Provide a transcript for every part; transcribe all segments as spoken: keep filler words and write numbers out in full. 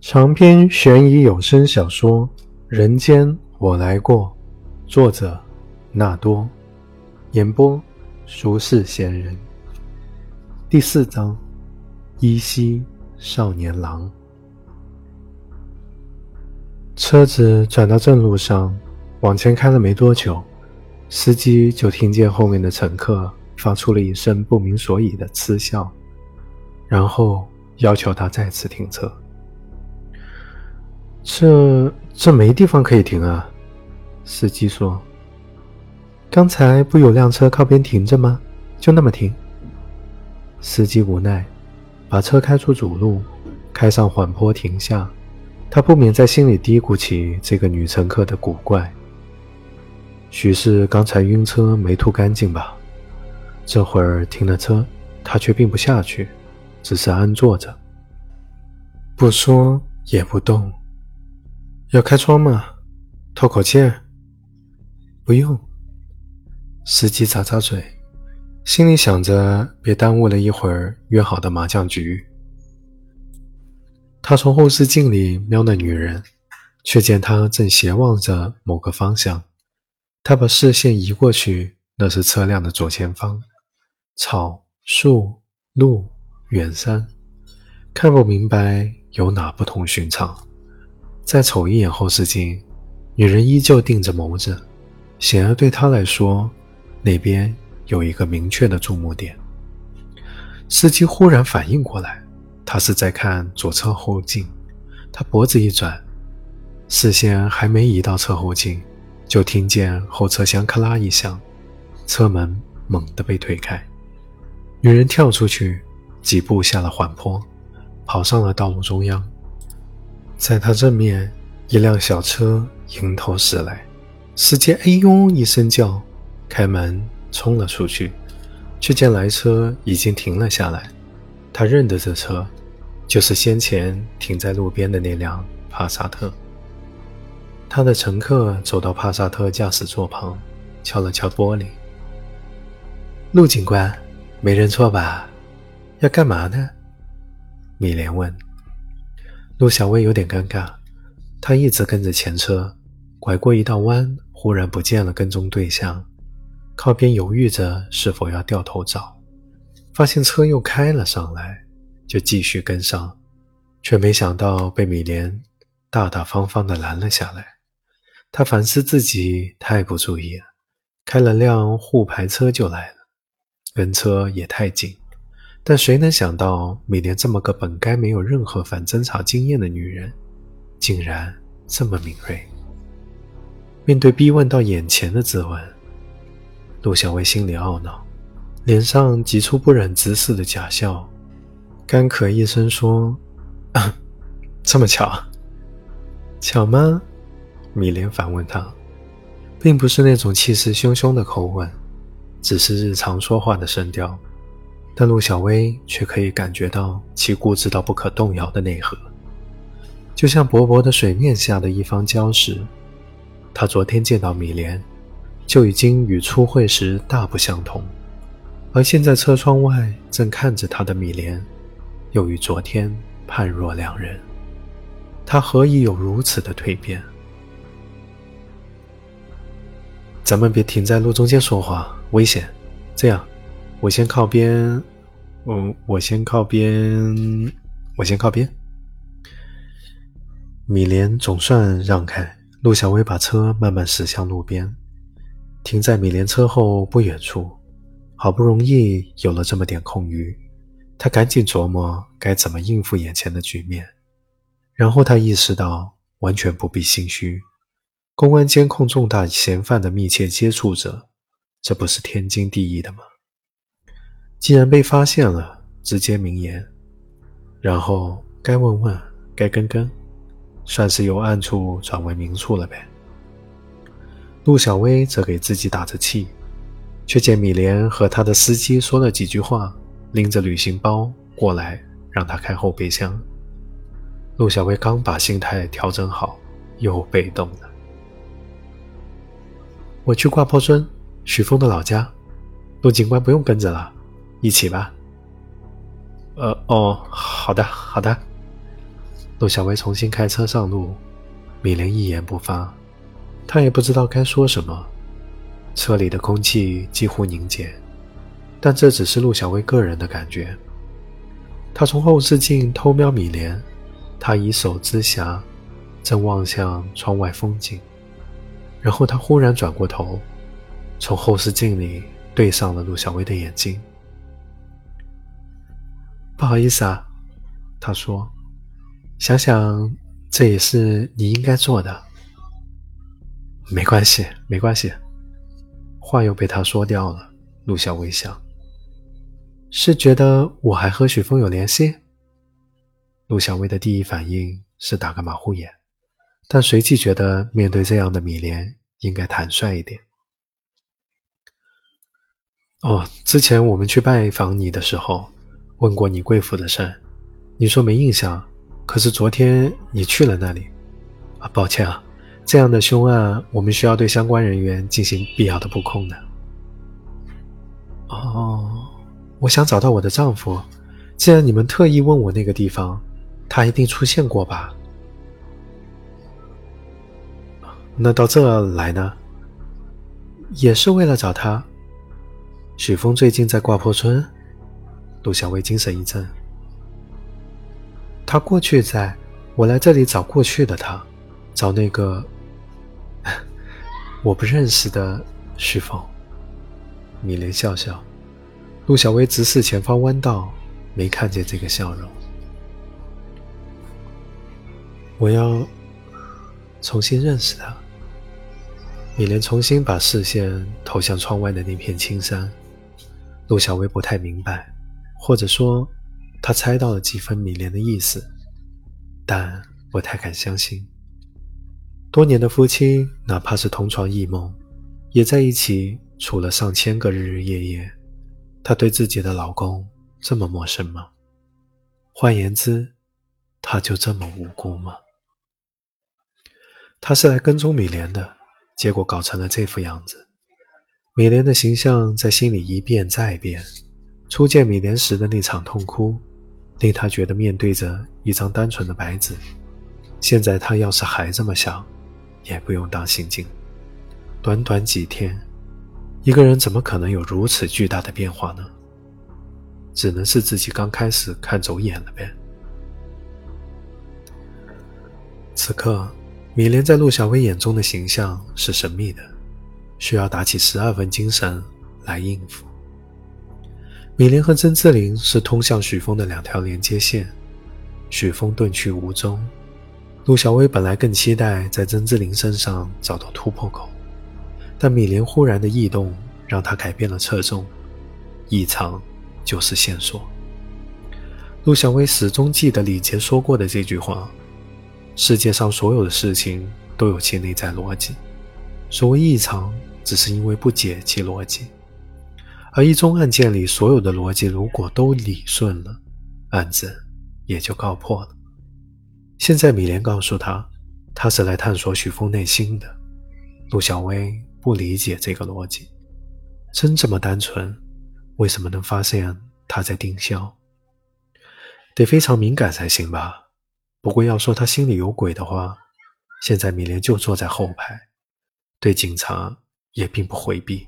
长篇悬疑有声小说《人间我来过》，作者纳多，演播俗世闲人。第四章，依稀少年郎。车子转到正路上，往前开了没多久，司机就听见后面的乘客发出了一声不明所以的嗤笑，然后要求他再次停车。这这没地方可以停啊，司机说。刚才不有辆车靠边停着吗？就那么停。司机无奈，把车开出主路，开上缓坡停下。他不免在心里嘀咕起这个女乘客的古怪。许是刚才晕车没吐干净吧，这会儿停了车，他却并不下去，只是安坐着，不说也不动。要开窗吗？透口气儿？不用。司机咂咂嘴，心里想着别耽误了一会儿约好的麻将局。他从后视镜里瞄那女人，却见她正斜望着某个方向。他把视线移过去，那是车辆的左前方，草、树、路、远山，看不明白有哪不同寻常。再瞅一眼后视镜，女人依旧定着眸子，显然对她来说，那边有一个明确的注目点。司机忽然反应过来，他是在看左侧后镜。他脖子一转，视线还没移到侧后镜，就听见后车厢咔啦一响，车门猛地被推开，女人跳出去，几步下了缓坡，跑上了道路中央。在他正面，一辆小车迎头驶来，司机哎呦一声叫，开门冲了出去，却见来车已经停了下来。他认得这车，就是先前停在路边的那辆帕萨特。他的乘客走到帕萨特驾驶座旁，敲了敲玻璃。陆警官，没认错吧？要干嘛呢？米莲问。陆小薇有点尴尬，他一直跟着前车，拐过一道弯，忽然不见了跟踪对象，靠边犹豫着是否要掉头找，发现车又开了上来，就继续跟上，却没想到被米莲大大方方地拦了下来。他反思自己太不注意了，开了辆护牌车就来了，跟车也太近。但谁能想到米莲这么个本该没有任何反侦查经验的女人，竟然这么敏锐。面对逼问到眼前的质问，陆小薇心里懊恼，脸上挤出不忍直视的假笑，干咳一声说、啊、这么巧？巧吗？米莲反问他，并不是那种气势汹汹的口吻，只是日常说话的声调，但陆小薇却可以感觉到其固执到不可动摇的内核，就像薄薄的水面下的一方礁石。他昨天见到米莲，就已经与初会时大不相同，而现在车窗外正看着他的米莲，又与昨天判若两人。他何以有如此的蜕变？咱们别停在路中间说话，危险。这样，我先靠边，嗯，我先靠边，我先靠边。米莲总算让开，陆小薇把车慢慢驶向路边，停在米莲车后不远处。好不容易有了这么点空余，他赶紧琢磨该怎么应付眼前的局面。然后他意识到，完全不必心虚。公安监控重大嫌犯的密切接触者，这不是天经地义的吗？既然被发现了，直接明言，然后该问问，该跟跟，算是由暗处转为明处了呗。陆小薇则给自己打着气，却见米莲和他的司机说了几句话，拎着旅行包过来让他开后备箱。陆小薇刚把心态调整好，又被动了。我去挂坡村，许峰的老家，陆警官不用跟着了，一起吧。呃，哦，好的，好的。 陆小薇重新开车上路，米莲一言不发，她也不知道该说什么。车里的空气几乎凝结，但这只是陆小薇个人的感觉。她从后视镜偷瞄米莲，她以手支暇，正望向窗外风景。然后她忽然转过头，从后视镜里对上了陆小薇的眼睛。不好意思啊，她说，想想这也是你应该做的。没关系，没关系。话又被他说掉了。陆小薇想，是觉得我还和许峰有联系？陆小薇的第一反应是打个马虎眼，但随即觉得面对这样的米莲应该坦率一点。哦，之前我们去拜访你的时候问过你贵府的事，你说没印象，可是昨天你去了那里啊，抱歉啊，这样的凶案我们需要对相关人员进行必要的布控的。哦，我想找到我的丈夫，既然你们特意问我那个地方，他一定出现过吧？那到这来呢？也是为了找他。许峰最近在挂坡村？陆小薇精神一振。他过去在，我来这里找过去的他，找那个我不认识的许峰。米莲笑笑，陆小薇直视前方弯道，没看见这个笑容。我要重新认识他。米莲重新把视线投向窗外的那片青山。陆小薇不太明白，或者说她猜到了几分米莲的意思，但不太敢相信。多年的夫妻，哪怕是同床异梦，也在一起处了上千个日日夜夜，她对自己的老公这么陌生吗？换言之，她就这么无辜吗？她是来跟踪米莲的，结果搞成了这副样子。米莲的形象在心里一变再变，初见米莲时的那场痛哭，令她觉得面对着一张单纯的白纸。现在她要是还这么想，也不用当心惊。短短几天，一个人怎么可能有如此巨大的变化呢？只能是自己刚开始看走眼了呗。此刻，米莲在陆小薇眼中的形象是神秘的，需要打起十二分精神来应付。米莲和曾志玲是通向许峰的两条连接线，许峰遁去无踪。陆小薇本来更期待在曾志玲身上找到突破口，但米莲忽然的异动让她改变了侧重，异常就是线索。陆小薇始终记得李杰说过的这句话，世界上所有的事情都有其内在逻辑，所谓异常只是因为不解其逻辑，而一宗案件里所有的逻辑如果都理顺了，案子也就告破了。现在米莲告诉他，他是来探索许峰内心的。陆小薇不理解这个逻辑，真这么单纯，为什么能发现他在盯梢？得非常敏感才行吧。不过要说他心里有鬼的话，现在米莲就坐在后排，对警察也并不回避。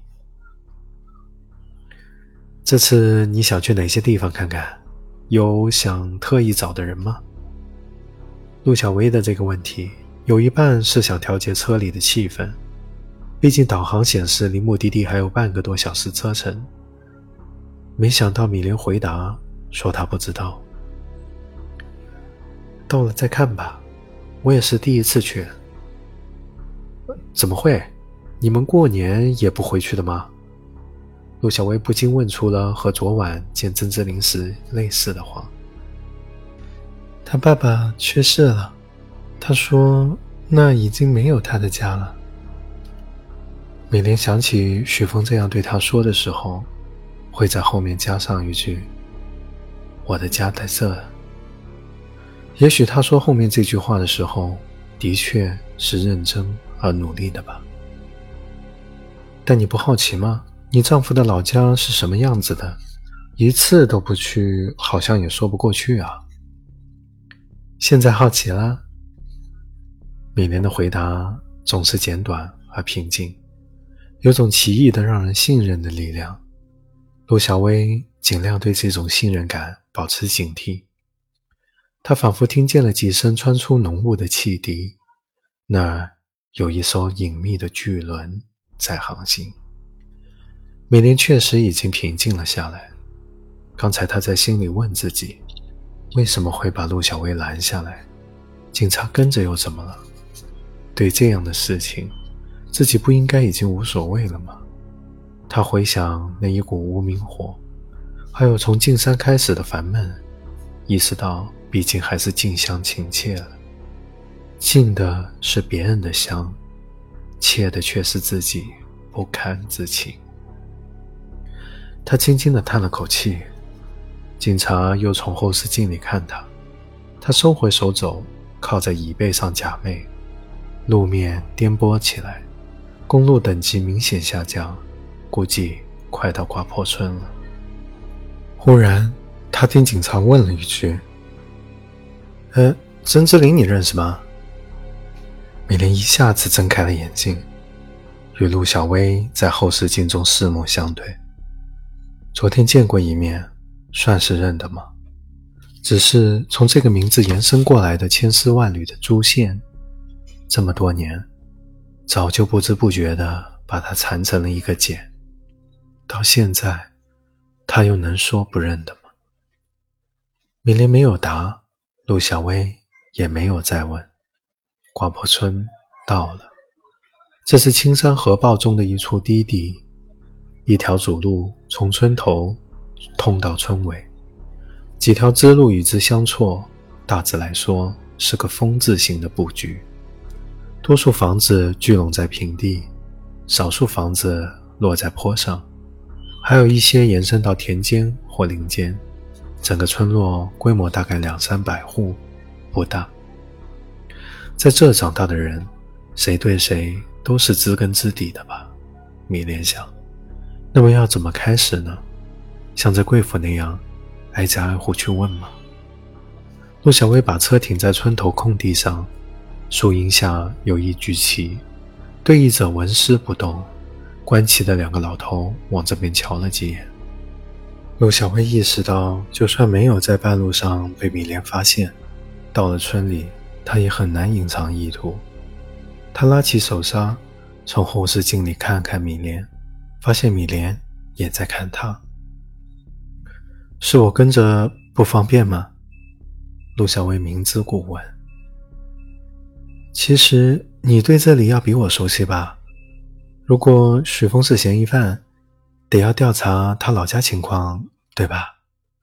这次你想去哪些地方看看？有想特意找的人吗？陆小薇的这个问题，有一半是想调节车里的气氛，毕竟导航显示离目的地还有半个多小时车程。没想到米莲回答说她不知道。到了再看吧，我也是第一次去。怎么会？你们过年也不回去的吗？陆小薇不禁问出了和昨晚见曾志玲时类似的话。他爸爸去世了，他说那已经没有他的家了。美莲想起许峰这样对他说的时候，会在后面加上一句，我的家在这。也许他说后面这句话的时候，的确是认真而努力的吧。但你不好奇吗？你丈夫的老家是什么样子的？一次都不去，好像也说不过去啊。 现在好奇了？米莲的回答总是简短而平静，有种奇异的让人信任的力量。陆小薇尽量对这种信任感保持警惕。她仿佛听见了几声穿出浓雾的汽笛，那儿有一艘隐秘的巨轮在航行。米莲确实已经平静了下来。刚才她在心里问自己，为什么会把陆小薇拦下来？警察跟着又怎么了？对这样的事情，自己不应该已经无所谓了吗？她回想那一股无名火，还有从进山开始的烦闷，意识到毕竟还是近乡情怯了。近的是别人的乡，怯的却是自己不堪之情。他轻轻地叹了口气，警察又从后视镜里看他，他收回手肘，靠在椅背上假寐。路面颠簸起来，公路等级明显下降，估计快到挂坡村了。忽然他听警察问了一句，呃，曾之琳你认识吗？米莲一下子睁开了眼睛，与陆小薇在后视镜中四目相对。昨天见过一面，算是认得吗？只是从这个名字延伸过来的千丝万缕的珠线，这么多年早就不知不觉地把它缠成了一个茧，到现在他又能说不认得吗？米莲没有答，陆小薇也没有再问。挂坡村到了，这是青山河报中的一处低地，一条主路从村头通到村尾，几条支路与之相错，大致来说是个风字形的布局。多数房子聚拢在平地，少数房子落在坡上，还有一些延伸到田间或林间。整个村落规模大概两三百户，不大。在这长大的人，谁对谁都是知根知底的吧？米莲想。那么要怎么开始呢？像在贵府那样挨家挨户去问吗？陆小薇把车停在村头空地上，树荫下有一举旗，对弈者纹丝不动，观旗的两个老头往这边瞧了几眼。陆小薇意识到，就算没有在半路上被米莲发现，到了村里他也很难隐藏意图。他拉起手刹，从后视镜里看看米莲，发现米莲也在看他。是我跟着不方便吗？陆小薇明知故问。其实你对这里要比我熟悉吧？如果许峰是嫌疑犯，得要调查他老家情况，对吧？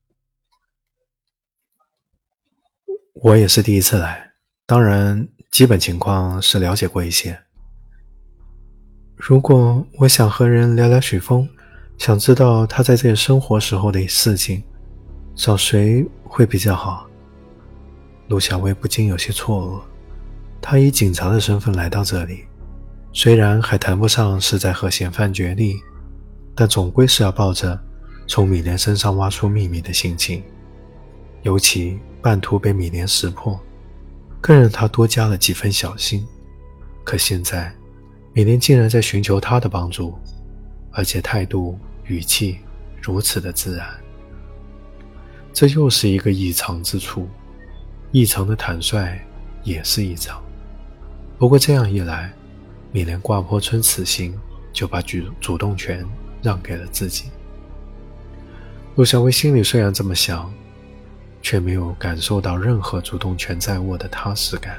我也是第一次来，当然基本情况是了解过一些。如果我想和人聊聊许峰，想知道他在这里生活时候的事情，找谁会比较好？陆小薇不禁有些错愕。他以警察的身份来到这里，虽然还谈不上是在和嫌犯决力，但总归是要抱着从米莲身上挖出秘密的心情。尤其半途被米莲识破，更让他多加了几分小心。可现在米莲竟然在寻求他的帮助，而且态度语气如此的自然，这又是一个异常之处。异常的坦率也是异常。不过这样一来，米莲挂坡村此行就把主主动权让给了自己。陆小薇心里虽然这么想，却没有感受到任何主动权在握的踏实感。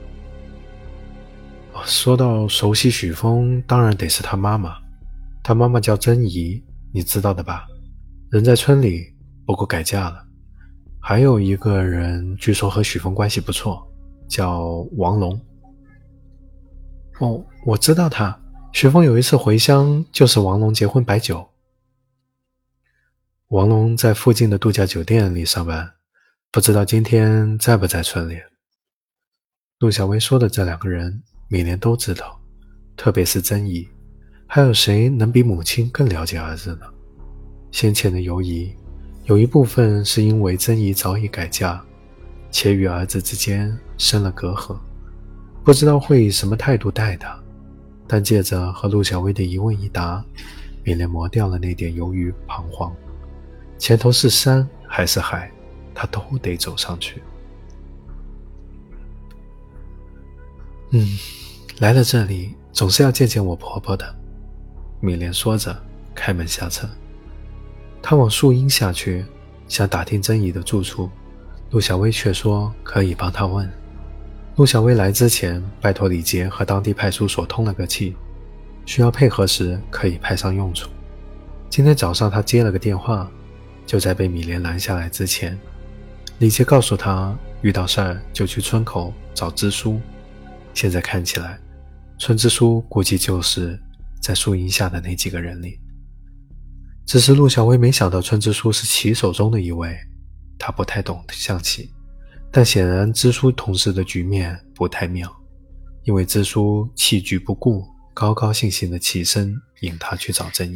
说到熟悉许峰，当然得是他妈妈。他妈妈叫珍怡，你知道的吧？人在村里，不过改嫁了。还有一个人据说和许峰关系不错，叫王龙。哦，我知道他。许峰有一次回乡，就是王龙结婚摆酒。王龙在附近的度假酒店里上班，不知道今天在不在村里。陆小薇说的这两个人，米莲都知道，特别是珍怡。还有谁能比母亲更了解儿子呢？先前的犹疑，有一部分是因为珍怡早已改嫁， 且与儿子之间生了隔阂，不知道会以什么态度待他。但借着和陆小薇的一问一答，米莲磨掉了那点犹豫彷徨。前头是山还是海，他都得走上去。嗯，来了这里总是要见见我婆婆的，米莲说着开门下车。她往树荫下去，想打听珍妮的住处，陆小薇却说可以帮她问。陆小薇来之前拜托李杰和当地派出所通了个气，需要配合时可以派上用处。今天早上她接了个电话，就在被米莲拦下来之前，李杰告诉她遇到事儿就去村口找支书。现在看起来，村支书估计就是在树荫下的那几个人里。只是陆小薇没想到村支书是棋手中的一位，他不太懂象棋，但显然支书同时的局面不太妙，因为支书弃局不顾，高高兴兴的起身引他去找珍妮。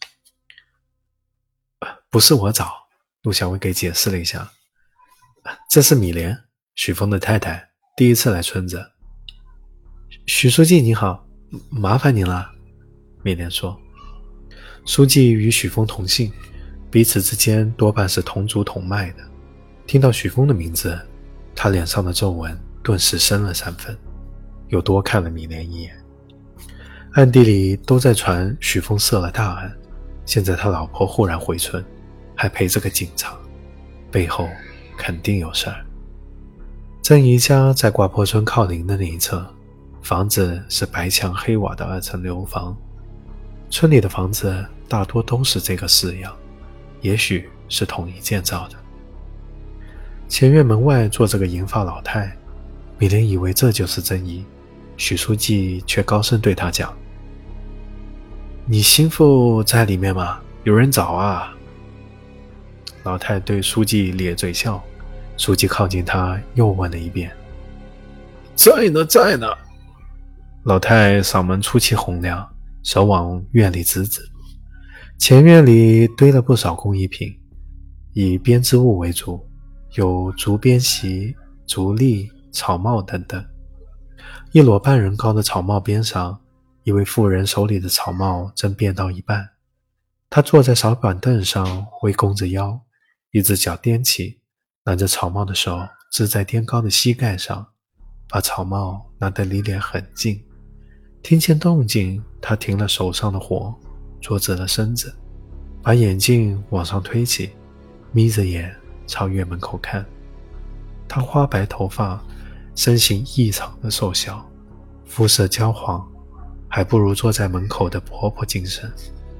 不是我找，陆小薇给解释了一下，这是米莲，许峰的太太，第一次来村子。许书记你好，麻烦您了，米莲说。书记与许峰同姓，彼此之间多半是同族同脉的。听到许峰的名字，他脸上的皱纹顿时深了三分，又多看了米莲一眼。暗地里都在传许峰涉了大案，现在他老婆忽然回村，还陪着个警察，背后肯定有事儿。珍妮家在挂坡村靠邻的那一侧，房子是白墙黑瓦的二层楼房，村里的房子大多都是这个式样，也许是统一建造的。前院门外坐着个银发老太，米莲以为这就是珍妮，许书记却高声对她讲：你心腹在里面吗？有人找啊。老太对书记咧嘴笑，书记靠近她又问了一遍：在呢在呢。老太嗓门出奇洪亮，手往院里指指。前院里堆了不少工艺品，以编织物为主，有竹编席、竹笠、草帽等等。一摞半人高的草帽边上，一位妇人手里的草帽正编到一半，她坐在小板凳上，微弓着腰，一只脚踮起，拿着草帽的手支在颠高的膝盖上，把草帽拿得离脸很近。听见动静，他停了手上的活，坐直了身子，把眼镜往上推起，眯着眼朝院门口看。他花白头发，身形异常的瘦小，肤色焦黄，还不如坐在门口的婆婆精神。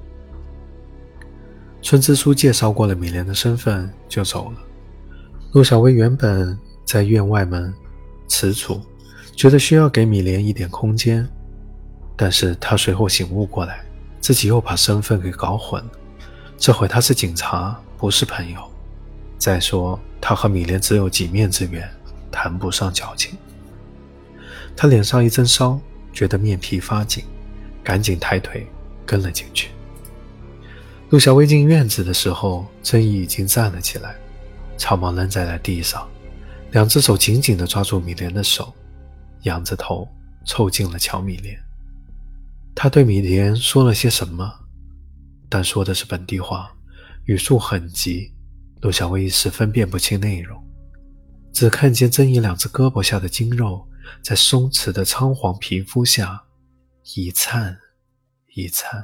村支书介绍过了米莲的身份就走了。陆小薇原本在院外门踟蹰，觉得需要给米莲一点空间，但是他随后醒悟过来，自己又把身份给搞混了。这回他是警察，不是朋友。再说他和米莲只有几面之缘，谈不上交情。他脸上一阵烧，觉得面皮发紧，赶紧抬腿跟了进去。陆小薇进院子的时候，珍妮已经站了起来，草帽扔在了地上，两只手紧紧地抓住米莲的手，仰着头凑近了瞧米莲。他对米莲说了些什么，但说的是本地话，语速很急，陆小薇一时分辨不清内容，只看见珍妮两只胳膊下的筋肉在松弛的苍黄皮肤下一颤一颤。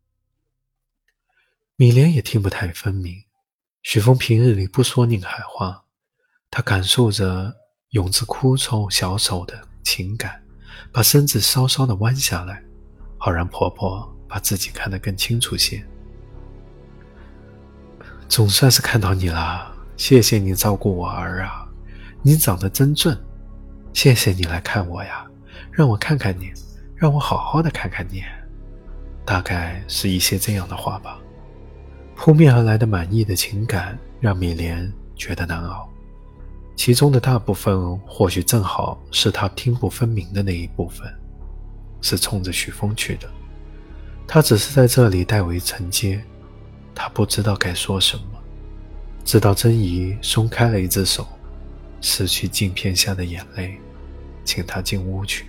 米莲也听不太分明，许峰平日里不说宁海话，他感受着涌自枯瘦小手的情感，把身子稍稍地弯下来，好让婆婆把自己看得更清楚些。总算是看到你了，谢谢你照顾我儿啊，你长得真俊，谢谢你来看我呀，让我看看你，让我好好的看看你，大概是一些这样的话吧。扑面而来的满意的情感让米莲觉得难熬，其中的大部分或许正好是她听不分明的那一部分，是冲着许峰去的。他只是在这里代为承接，他不知道该说什么，直到珍妮松开了一只手， 拭去镜片下的眼泪，请他进屋去。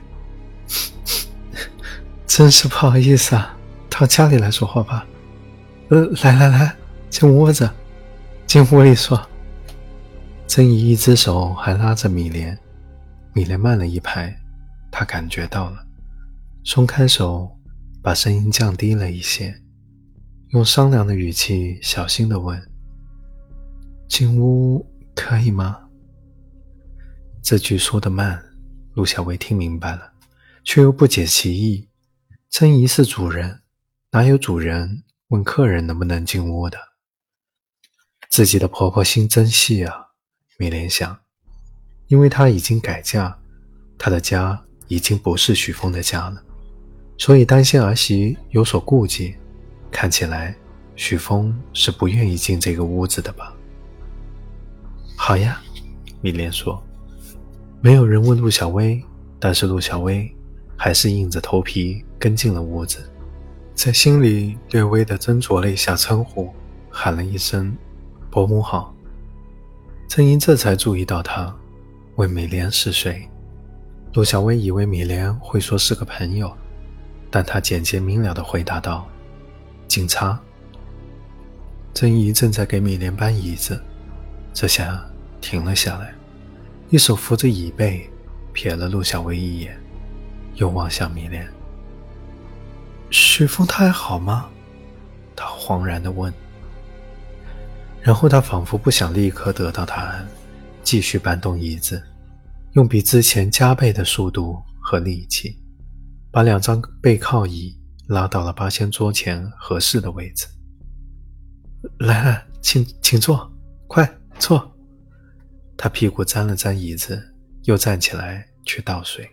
真是不好意思啊，到家里来说话吧。呃，来来来，进屋子，进屋里说。曾姨一只手还拉着米莲，米莲慢了一拍，她感觉到了，松开手，把声音降低了一些，用商量的语气小心地问：进屋可以吗？这句说得慢，陆小薇听明白了，却又不解其意。曾姨是主人，哪有主人问客人能不能进屋的？自己的婆婆心真细啊，米莲想，因为她已经改嫁，她的家已经不是许峰的家了，所以担心儿媳有所顾忌，看起来许峰是不愿意进这个屋子的吧。好呀，米莲说。没有人问陆小薇，但是陆小薇还是硬着头皮跟进了屋子，在心里略微地斟酌了一下称呼，喊了一声伯母好。曾英这才注意到他，问米莲是谁。陆小薇以为米莲会说是个朋友，但她简洁明了地回答道：警察。曾姨正在给米莲搬椅子，这下停了下来，一手扶着椅背，瞥了陆小薇一眼，又望向米莲。许峰他还好吗？他惶然地问。然后他仿佛不想立刻得到答案，继续搬动椅子，用比之前加倍的速度和力气，把两张背靠椅拉到了八仙桌前合适的位置。来来，请请坐，快坐。他屁股沾了沾椅子，又站起来去倒水。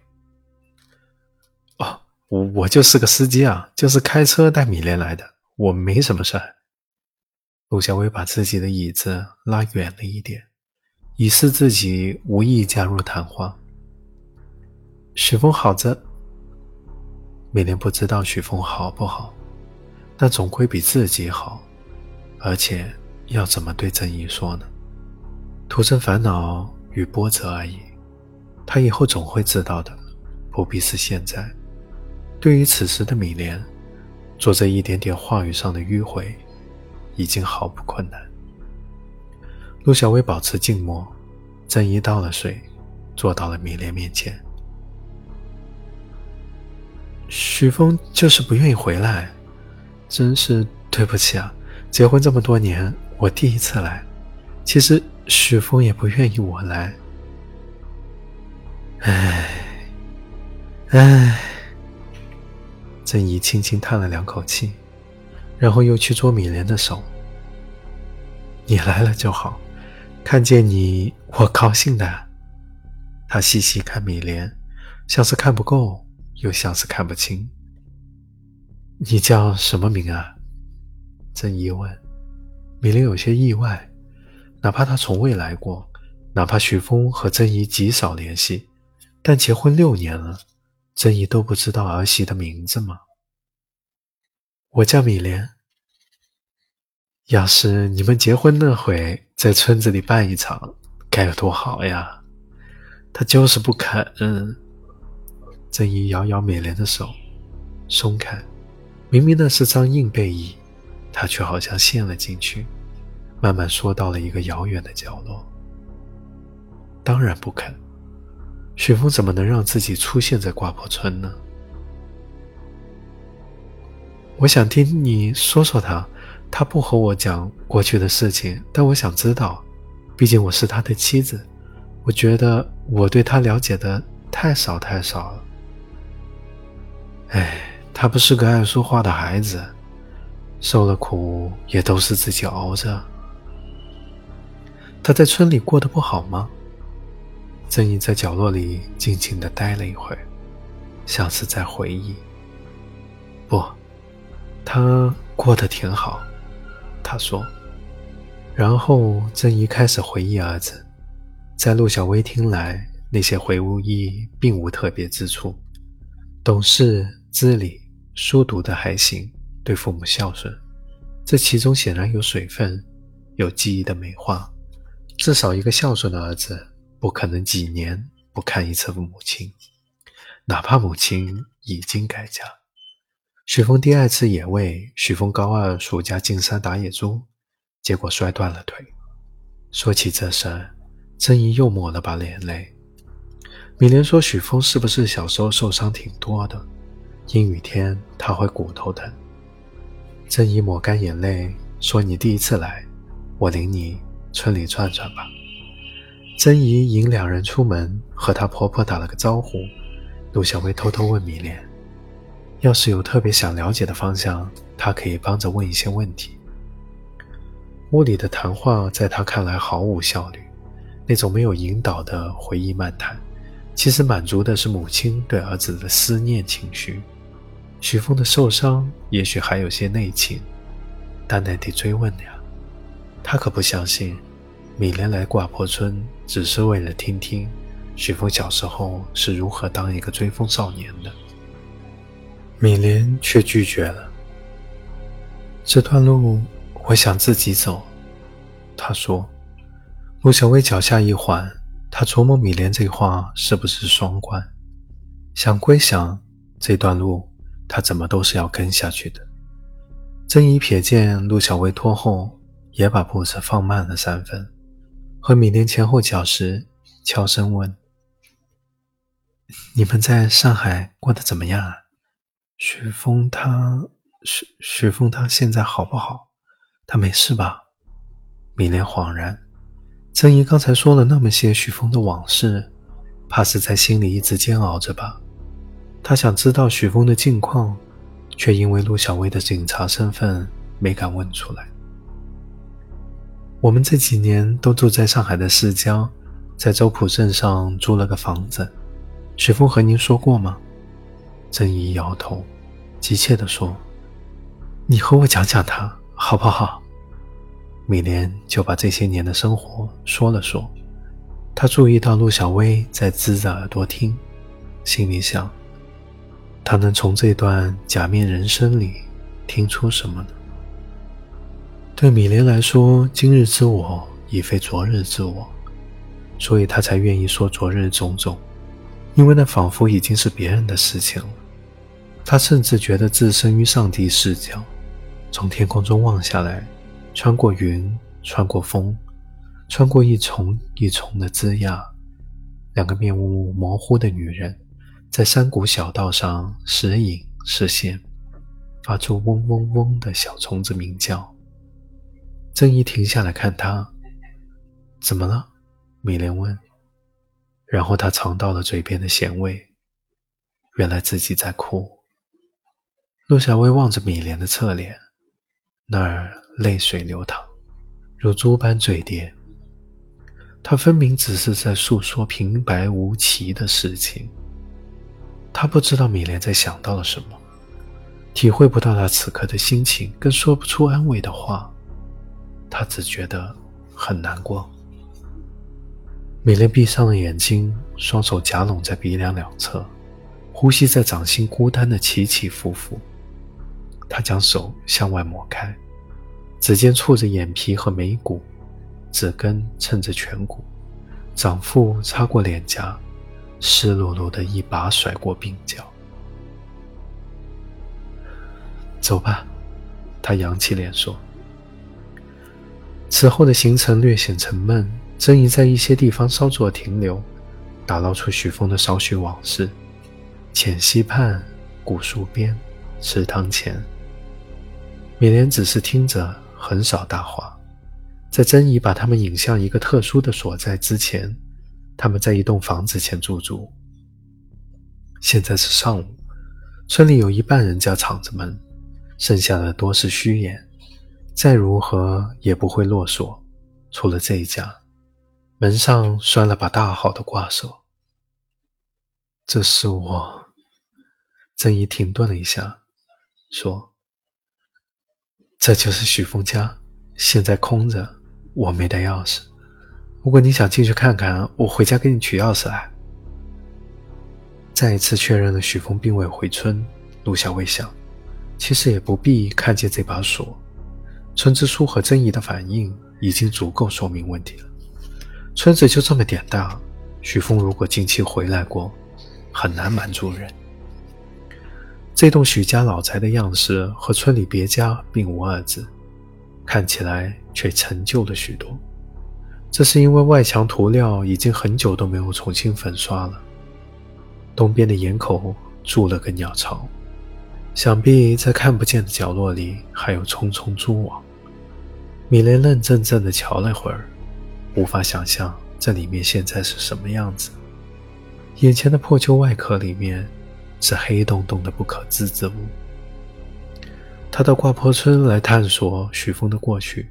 哦，我我就是个司机啊，就是开车带米莲来的，我没什么事儿。陆小薇把自己的椅子拉远了一点，以示自己无意加入谈话。许峰好着。米莲不知道许峰好不好，但总归比自己好，而且要怎么对郑怡说呢？徒增烦恼与波折而已，他以后总会知道的，不必是现在。对于此时的米莲，做这一点点话语上的迂回已经毫不困难。陆小薇保持静默，郑怡倒了水，坐到了米莲面前。许峰就是不愿意回来，真是对不起啊，结婚这么多年，我第一次来，其实许峰也不愿意我来。唉，唉，郑怡轻轻叹了两口气，然后又去捉米莲的手。你来了就好，看见你我高兴的。他细细看米莲，像是看不够，又像是看不清。你叫什么名啊？郑怡问。米莲有些意外，哪怕他从未来过，哪怕许峰和郑怡极少联系，但结婚六年了，郑怡都不知道儿媳的名字吗？我叫米莲。要是你们结婚那会在村子里办一场，该有多好呀！他就是不肯。嗯，郑怡摇摇米莲的手，松开。明明那是张硬背椅，他却好像陷了进去，慢慢缩到了一个遥远的角落。当然不肯，许峰怎么能让自己出现在挂坡村呢？我想听你说说他，他不和我讲过去的事情，但我想知道，毕竟我是他的妻子，我觉得我对他了解的太少太少了。哎，他不是个爱说话的孩子，受了苦也都是自己熬着。他在村里过得不好吗？郑怡在角落里静静地待了一会儿，像是在回忆。不，他过得挺好，他说。然后郑怡开始回忆儿子，在陆小薇听来，那些回忆并无特别之处，懂事、知礼、书读的还行，对父母孝顺，这其中显然有水分，有记忆的美化。至少一个孝顺的儿子不可能几年不看一次母亲，哪怕母亲已经改嫁。许峰第二次野味，许峰高二暑假进山打野猪，结果摔断了腿。说起这事，曾姨又抹了把眼泪。米莲说许峰是不是小时候受伤挺多的，阴雨天他会骨头疼。曾姨抹干眼泪说，你第一次来，我领你村里转转吧。曾姨引两人出门，和她婆婆打了个招呼。陆小薇偷偷问米莲，要是有特别想了解的方向，她可以帮着问一些问题。屋里的谈话在她看来毫无效率，那种没有引导的回忆漫谈，其实满足的是母亲对儿子的思念情绪。许峰的受伤也许还有些内情，但那得追问呀。他可不相信米莲来挂坡村只是为了听听许峰小时候是如何当一个追风少年的。米莲却拒绝了。这段路我想自己走，他说。陆小薇脚下一缓，他琢磨米莲这话是不是双关。想归想，这段路他怎么都是要跟下去的。曾姨瞥见陆小薇拖后，也把步子放慢了三分，和米莲前后脚时悄声问，你们在上海过得怎么样啊？许峰他许许峰他现在好不好？他没事吧？米莲恍然，曾姨刚才说了那么些许峰的往事，怕是在心里一直煎熬着吧。她想知道许峰的近况，却因为陆小薇的警察身份没敢问出来。我们这几年都住在上海的市郊，在周浦镇上租了个房子。许峰和您说过吗？曾姨摇头，急切地说，你和我讲讲他好不好？米莲就把这些年的生活说了说。她注意到陆小薇在支着耳朵听，心里想，她能从这段假面人生里听出什么呢？对米莲来说，今日之我已非昨日之我，所以她才愿意说昨日种种，因为那仿佛已经是别人的事情了。她甚至觉得置身于上帝视角，从天空中望下来，穿过云，穿过风，穿过一重一重的枝桠，两个面目模糊的女人在山谷小道上时隐时现，发出嗡嗡嗡的小虫子鸣叫。曾姨停下来看她，怎么了？米莲问。然后她尝到了嘴边的咸味，原来自己在哭。陆小薇望着米莲的侧脸，那儿泪水流淌，如珠般坠跌。她分明只是在诉说平白无奇的事情。她不知道米莲在想到了什么，体会不到她此刻的心情，更说不出安慰的话。她只觉得很难过。米莲闭上了眼睛，双手夹拢在鼻梁两侧，呼吸在掌心孤单的起起伏伏。她将手向外抹开，指尖触着眼皮和眉骨，指根蹭着颧骨，掌腹擦过脸颊，湿漉漉的一把甩过鬓角。走吧，她扬起脸说。此后的行程略显沉闷，曾姨在一些地方稍作停留，打捞出许峰的少许往事。浅溪畔，古树边，池塘前。米莲只是听着，很少搭话。在曾姨把他们引向一个特殊的所在之前，他们在一栋房子前驻足。现在是上午，村里有一半人家敞着门，剩下的多是虚掩，再如何也不会落锁，除了这一家，门上拴了把大号的挂锁。这是我……曾姨停顿了一下，说，这就是许峰家，现在空着，我没带钥匙。如果你想进去看看，我回家给你取钥匙来。再一次确认了许峰并未回村，陆小薇想，其实也不必看见这把锁，村支书和曾姨的反应已经足够说明问题了。村子就这么点大， 许峰如果近期回来过，很难瞒住人。这栋许家老宅的样式和村里别家并无二致，看起来却陈旧了许多。这是因为外墙涂料已经很久都没有重新粉刷了。东边的檐口筑了个鸟巢，想必在看不见的角落里还有重重蛛网。米莲愣怔怔地瞧了会儿，无法想象这里面现在是什么样子。眼前的破旧外壳里面是黑洞洞的不可知之物。他到挂坡村来探索许峰的过去，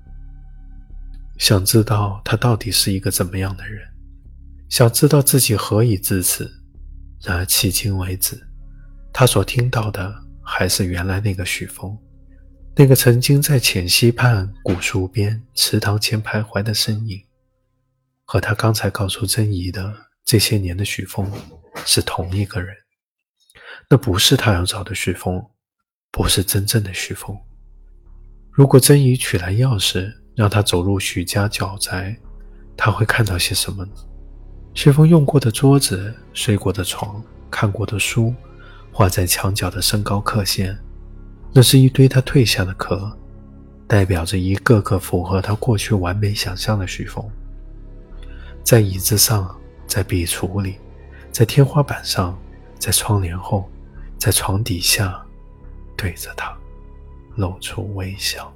想知道他到底是一个怎么样的人，想知道自己何以至此。然而迄今为止，他所听到的还是原来那个许峰，那个曾经在浅溪畔古树边池塘前徘徊的身影，和他刚才告诉珍怡的这些年的许峰是同一个人。那不是他要找的许峰，不是真正的许峰。如果珍怡取来钥匙让他走入许家窖宅，他会看到些什么呢？许峰用过的桌子，睡过的床，看过的书，画在墙角的身高刻线，那是一堆他褪下的壳，代表着一个个符合他过去完美想象的许峰。在椅子上，在壁橱里，在天花板上，在窗帘后，在床底下，对着他露出微笑。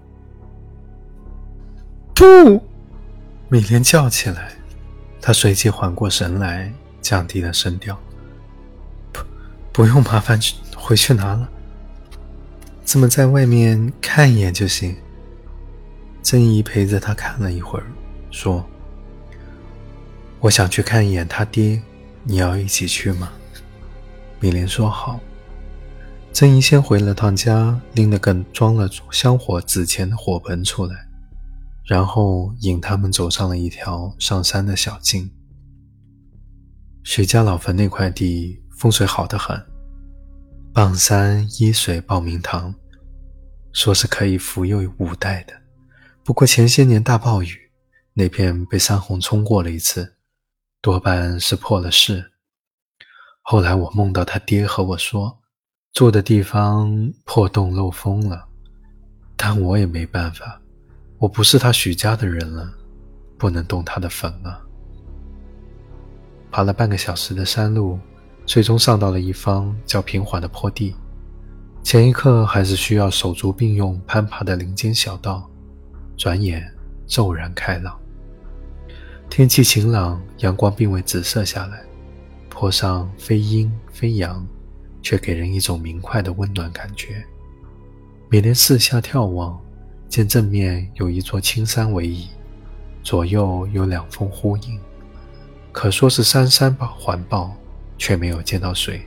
不！米莲叫起来，他随即缓过神来，降低了声调。不，不用麻烦回去拿了，这么在外面看一眼就行。珍怡陪着他看了一会儿，说：我想去看一眼他爹，你要一起去吗？米莲说好。珍怡先回了趟家，拎了个装了香火纸钱的火盆出来，然后引他们走上了一条上山的小径。许家老坟那块地风水好得很，傍山依水报名堂，说是可以福佑五代的。不过前些年大暴雨，那片被山洪冲过了一次，多半是破了事。后来我梦到他爹和我说，住的地方破洞漏风了，但我也没办法，我不是他许家的人了，不能动他的坟啊。爬了半个小时的山路，最终上到了一方较平缓的坡地。前一刻还是需要手足并用攀爬的林间小道，转眼骤然开朗。天气晴朗，阳光并未直射下来，坡上非阴非阳，却给人一种明快的温暖感觉。米莲四下眺望，见正面有一座青山围倚，左右有两峰呼应，可说是山山环抱，却没有见到水。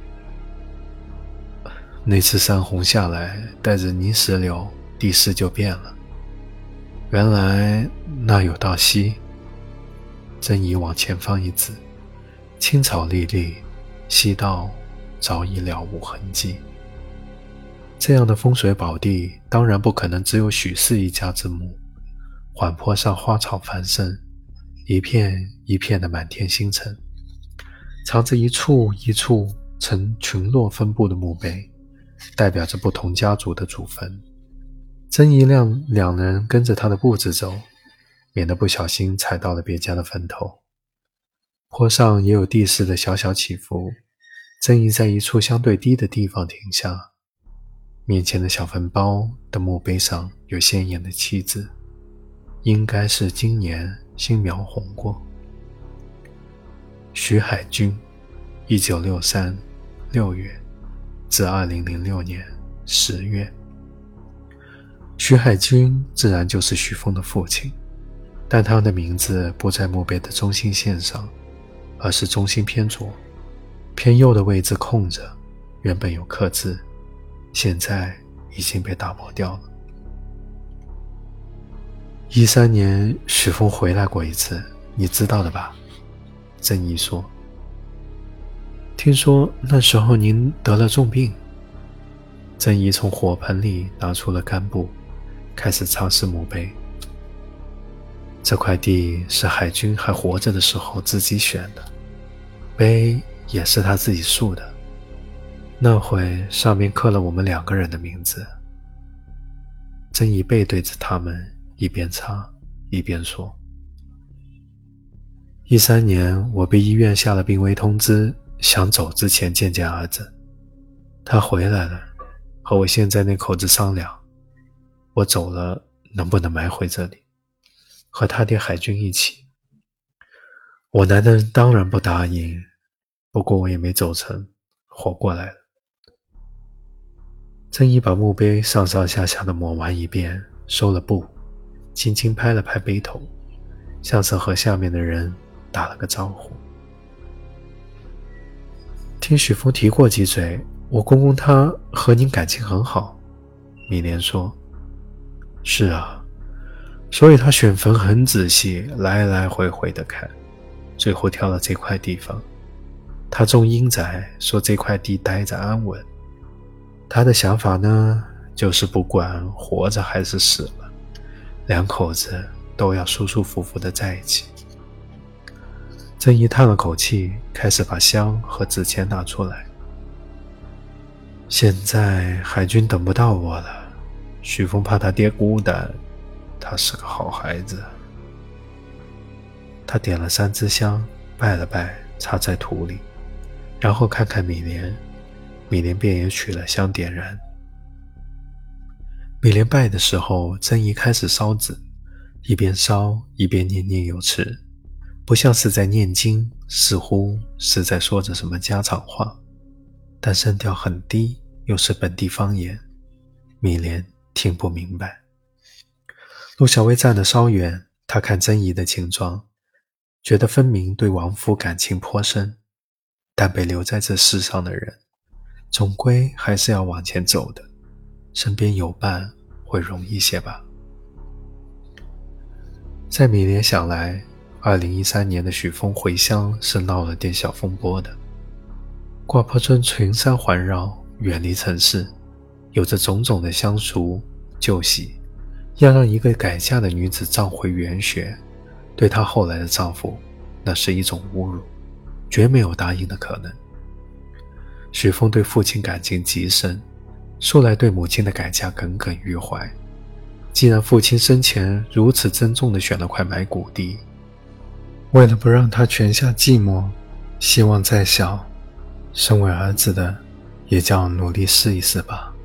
那次山洪下来，带着泥石流，地势就变了。原来那有道溪。珍怡往前方一指，青草历历，溪道早已了无痕迹。这样的风水宝地，当然不可能只有许氏一家之墓。缓坡上花草繁盛，一片一片的满天星辰，藏着一处一处呈群落分布的墓碑，代表着不同家族的祖坟。珍怡让两人跟着他的步子走，免得不小心踩到了别家的坟头。坡上也有地势的小小起伏，珍怡在一处相对低的地方停下，面前的小坟包的墓碑上有鲜艳的漆字，应该是今年新描红过。徐海军，一九六三六月至二零零六年十月。徐海军自然就是许峰的父亲，但他的名字不在墓碑的中心线上，而是中心偏左，偏右的位置空着，原本有刻字，现在已经被打磨掉了。一三年许峰回来过一次，你知道的吧？珍怡说。听说那时候您得了重病。珍怡从火盆里拿出了干布，开始擦拭墓碑。这块地是海军还活着的时候自己选的， 碑也是他自己竖的，那回上面刻了我们两个人的名字。曾姨背对着他们，一边擦一边说：一三年我被医院下了病危通知，想走之前见见儿子。他回来了，和我现在那口子商量，我走了能不能埋回这里，和他爹海军一起。我男人当然不答应，不过我也没走成，活过来了。曾姨把墓碑上上下下的抹完一遍，收了布，轻轻拍了拍碑头，像是和下面的人打了个招呼。听许峰提过几嘴，我公公他和您感情很好。米莲说：是啊，所以他选坟很仔细，来来回回的看，最后挑了这块地方。他种阴宅，说这块地待着安稳。他的想法呢，就是不管活着还是死了，两口子都要舒舒服服的在一起。曾姨叹了口气，开始把香和纸钱拿出来。现在海军等不到我了，许峰怕他爹孤单，他是个好孩子。他点了三支香，拜了拜，插在土里，然后看看米莲，米莲便也取了香点燃。米莲拜的时候，曾姨开始烧纸，一边烧一边念念有词，不像是在念经，似乎是在说着什么家常话，但声调很低，又是本地方言，米莲听不明白。陆小薇站得稍远，她看曾姨的情状，觉得分明对亡夫感情颇深，但被留在这世上的人总归还是要往前走的，身边有伴会容易些吧。在米莲想来，二零一三年的许峰回乡是闹了点小风波的。挂坡村群山环绕，远离城市，有着种种的乡俗旧习，要让一个改嫁的女子葬回原穴，对她后来的丈夫，那是一种侮辱，绝没有答应的可能。许峰对父亲感情极深，素来对母亲的改嫁耿耿于怀。既然父亲生前如此珍重地选了块埋骨地，为了不让他泉下寂寞，希望在小身为儿子的也叫努力试一试吧。